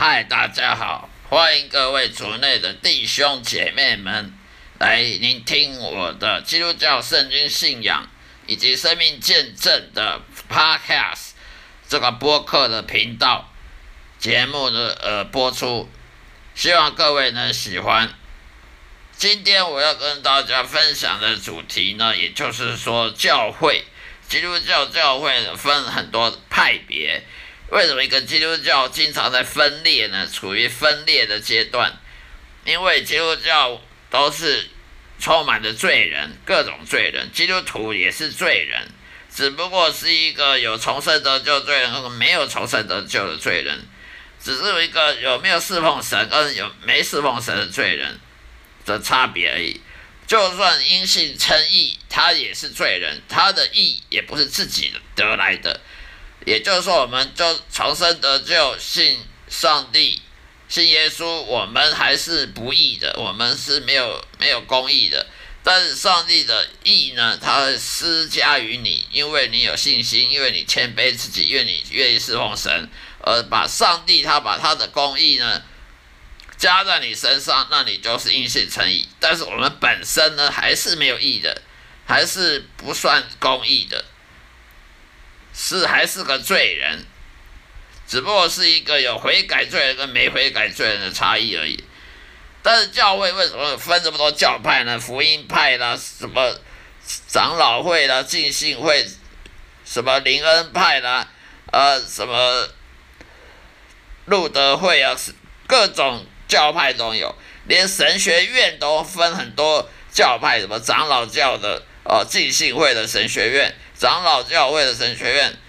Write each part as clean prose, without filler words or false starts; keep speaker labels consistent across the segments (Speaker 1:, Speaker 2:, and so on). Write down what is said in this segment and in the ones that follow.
Speaker 1: 嗨，大家好，欢迎各位族内的弟兄姐妹们来聆听我的基督教圣经信仰以及生命见证的 Podcast 这个播客的频道节目的播出，希望各位能喜欢。今天我要跟大家分享的主题呢，也就是说教会，基督教教会分很多派别。为什么一个基督教经常在分裂呢？处于分裂的阶段，因为基督教都是充满着罪人，各种罪人，基督徒也是罪人，只不过是一个有重生得救罪人和没有重生得救的罪人，只是有一个有没有侍奉神跟有没侍奉神的罪人的差别而已。就算因信称义，他也是罪人，他的义也不是自己得来的。也就是说，我们就重生得救，信上帝，信耶稣，我们还是不义的，我们是没有公义的。但是上帝的义呢，他会施加于你，因为你有信心，因为你谦卑自己，因为你愿意侍奉神，而把上帝他把他的公义呢加在你身上，那你就是因信称义。但是我们本身呢，还是没有义的，还是不算公义的。还是个罪人，只不过是一个有悔改罪人跟没悔改罪人的差异而已。但是教会为什么分这么多教派呢？福音派啦，什么长老会啦，浸信会，什么灵恩派啦，什么路德会啊，各种教派都有，连神学院都分很多教派，什么长老教的浸信会的神学院。长老教会的神学院，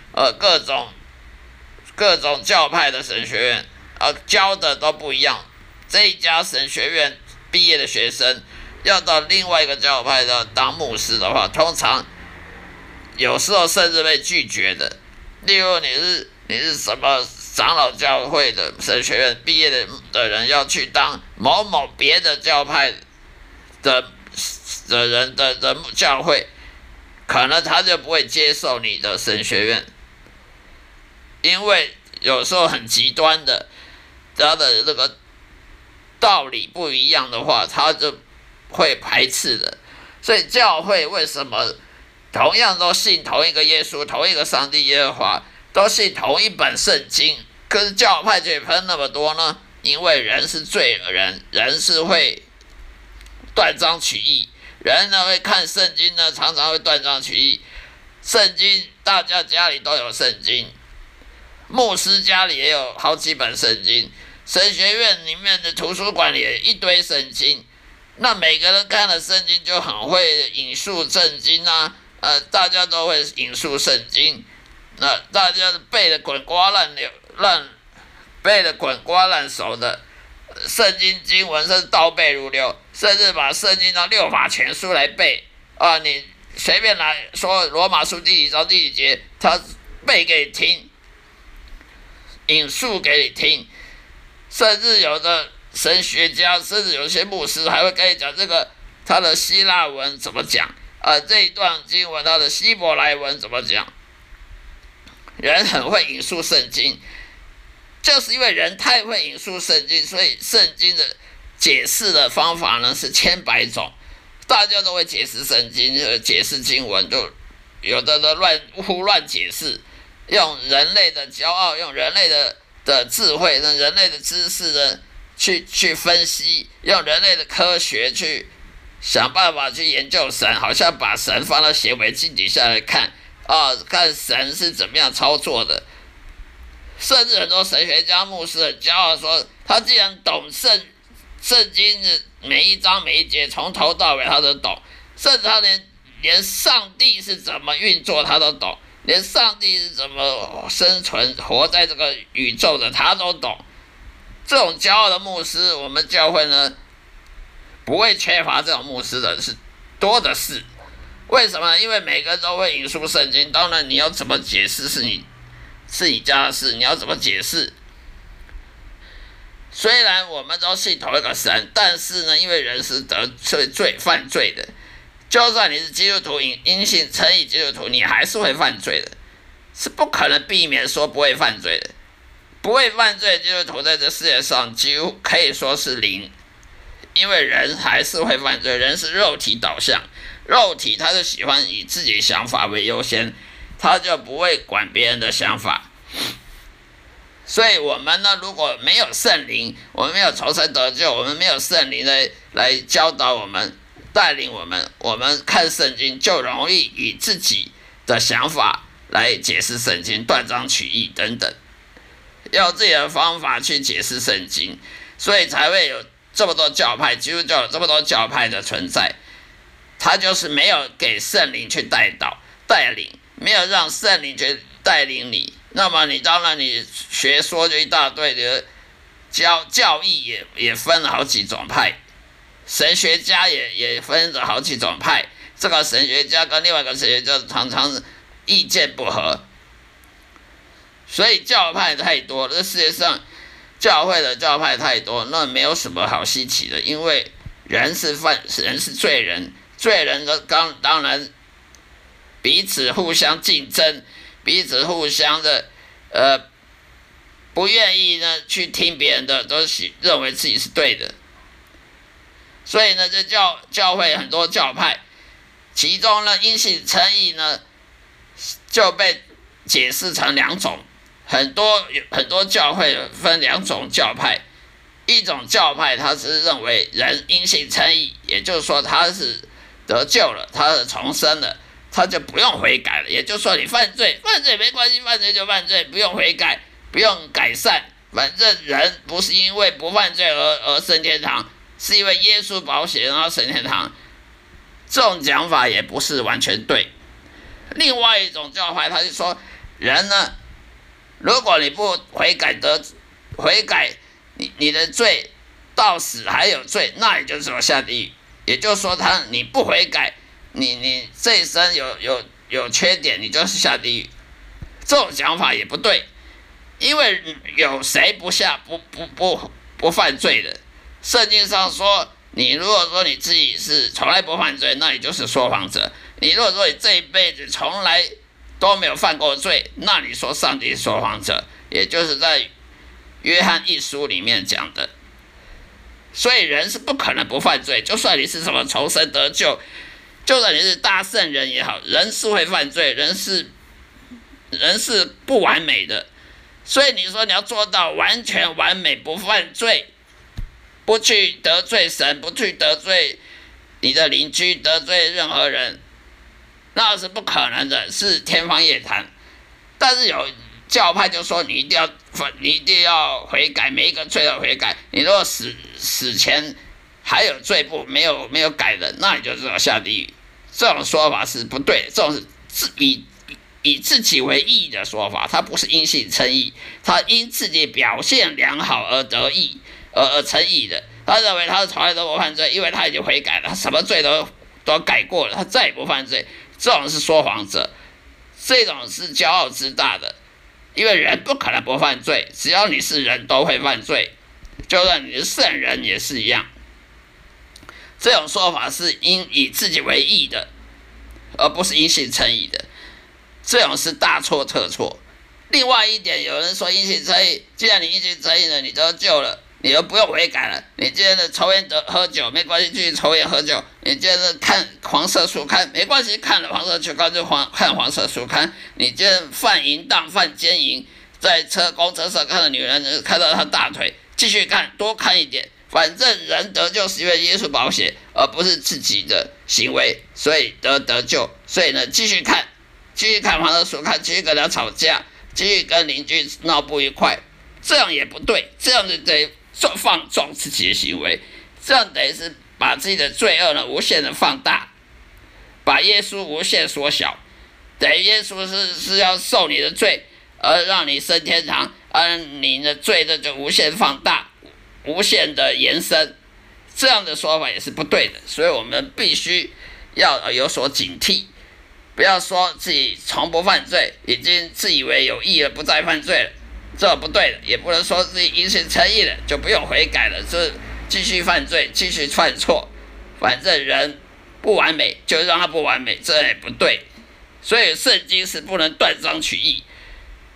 Speaker 1: 各种教派的神学院，教的都不一样。这一家神学院毕业的学生，要到另外一个教派的当牧师的话，通常有时候甚至被拒绝的。例如你是什么长老教会的神学院毕业的人，要去当某某别的教派的人的教会。可能他就不会接受你的神学院，因为有时候很极端的，他的那个道理不一样的话，他就会排斥的。所以教会为什么同样都信同一个耶稣，同一个上帝耶和华，都信同一本圣经，可是教派却分那么多呢？因为人是罪人，人是会断章取义。人呢会看圣经呢，常常会断章取义。圣经大家家里都有圣经，牧师家里也有好几本圣经，神学院里面的图书馆里也一堆圣经。那每个人看了圣经就很会引述圣经啊，大家都会引述圣经，那大家背得滚瓜烂熟的。圣经经文是倒背如流，甚至把圣经的六法全书来背啊！你随便来说罗马书第几章第几节，他背给你听，引述给你听。甚至有的神学家，甚至有些牧师还会跟你讲这个他的希腊文怎么讲这一段经文他的希伯来文怎么讲。人很会引述圣经。就是因为人太会引述圣经，所以圣经的解释的方法呢是千百种，大家都会解释圣经，解释经文，就有的胡乱解释，用人类的骄傲，用人类的智慧，用人类的知识呢去分析，用人类的科学去想办法去研究神，好像把神放到显微镜底下来看看神是怎么样操作的。甚至很多神学家、牧师很骄傲说，他既然懂圣经的每一章每一节，从头到尾他都懂，甚至他连上帝是怎么运作他都懂，连上帝是怎么生存活在这个宇宙的他都懂。这种骄傲的牧师，我们教会呢不会缺乏这种牧师的，是多的是。为什么？因为每个人都会引述圣经，当然你要怎么解释是你家的事，你要怎么解释？虽然我们都信同一个神，但是呢，因为人是犯罪的，就算你是基督徒，因信称义基督徒，你还是会犯罪的，是不可能避免说不会犯罪的。 不会犯罪的基督徒在这世界上几乎可以说是零，因为人还是会犯罪，人是肉体导向，肉体他就喜欢以自己想法为优先，他就不会管别人的想法。所以我们呢，如果没有圣灵，我们没有重生得救，我们没有圣灵来教导我们、带领我们，我们看圣经就容易以自己的想法来解释圣经，断章取义等等，用自己的方法去解释圣经，所以才会有这么多教派，基督教有这么多教派的存在。他就是没有给圣灵去带领，没有让圣灵去带领你。那么你当然你学说就一大堆的教义也分了好几种派，神学家也分了好几种派，这个神学家跟另外一个神学家常常意见不合，所以教派太多，这世界上教会的教派太多，那没有什么好稀奇的，因为人是罪人，罪人的当然彼此互相竞争，彼此互相的不愿意呢去听别人的，都认为自己是对的。所以呢，这教会很多教派，其中呢因信称义呢就被解释成两种，很多教会分两种教派，一种教派他是认为人因信称义，也就是说他是得救了，他是重生了，他就不用悔改了，也就是说你犯罪没关系，犯罪就犯罪，不用悔改，不用改善，反正人不是因为不犯罪而升天堂，是因为耶稣宝血然后升天堂。这种讲法也不是完全对。另外一种教派他就说，人呢，如果你不悔改你的罪到死还有罪，那你就是要下地狱。也就是说你不悔改，你这一生有缺点，你就是下地狱。这种讲法也不对，因为有谁不犯罪的？圣经上说，你如果说你自己是从来不犯罪，那你就是说谎者。你如果说你这一辈子从来都没有犯过罪，那你说上帝是说谎者，也就是在约翰一书里面讲的。所以人是不可能不犯罪，就算你是什么重生得救，就算你是大圣人也好，人是会犯罪，人是不完美的。所以你说你要做到完全完美，不犯罪，不去得罪神，不去得罪你的邻居，得罪任何人，那是不可能的，是天方夜谭。但是有教派就说你一定要悔改，每一个罪都悔改。你如果死前还有罪没有改的，那你就是要下地狱。这种说法是不对的，这种是以自己为义的说法，他不是因信称义，他因自己表现良好而得义而称义的。他认为他从来都不犯罪，因为他已经悔改了，他什么罪都改过了，他再也不犯罪。这种是说谎者，这种是骄傲自大的。因为人不可能不犯罪，只要你是人都会犯罪，就算你是圣人也是一样。这种说法是以自己为义的，而不是因信称义的，这种是大错特错。另外一点，有人说因信称义，既然你因信称义了，你得救了，你就不用悔改了。你今天的抽烟喝酒没关系，继续抽烟喝酒。你今天的看黄色书刊没关系，看了黄色书刊就看黄色书刊。你今天犯淫荡、犯奸淫，在公车上看到女人，看到她大腿，继续看，多看一点。反正人得救是因为耶稣宝血，而不是自己的行为，所以得救。所以呢，继续看黄色书刊，继续跟他吵架，继续跟邻居闹不愉快，这样也不对，这样子得放纵自己的行为，这样等于是把自己的罪恶呢无限的放大，把耶稣无限缩小，等于耶稣是要受你的罪而让你升天堂，而你的罪呢就无限放大，无限的延伸，这样的说法也是不对的。所以我们必须要有所警惕，不要说自己从不犯罪，已经自以为有义了，不再犯罪了，这不对的。也不能说自己因信称义了就不用悔改了，这继续犯罪，继续犯错。反正人不完美，就让他不完美，这也不对。所以圣经是不能断章取义，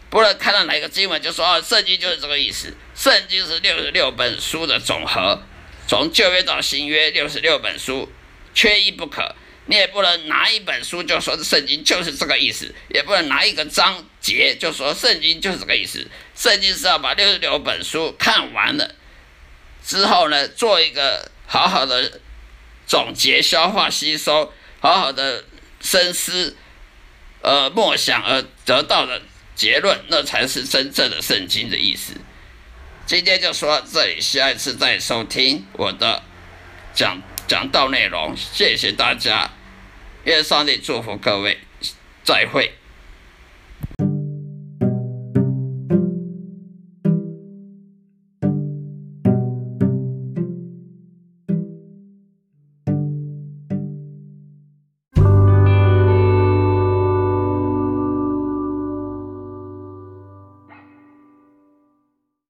Speaker 1: 不能看到哪个经文就说圣经就是这个意思。圣经是66本书的总和，从旧约到新约66本书，缺一不可。你也不能拿一本书就说圣经就是这个意思，也不能拿一个章节就说圣经就是这个意思。圣经是要把66本书看完了之后呢，做一个好好的总结、消化、吸收，好好的深思默想而得到的结论，那才是真正的圣经的意思。今天就说到这里，下一次再收听我的讲道内容，谢谢大家，愿上帝祝福各位，再会。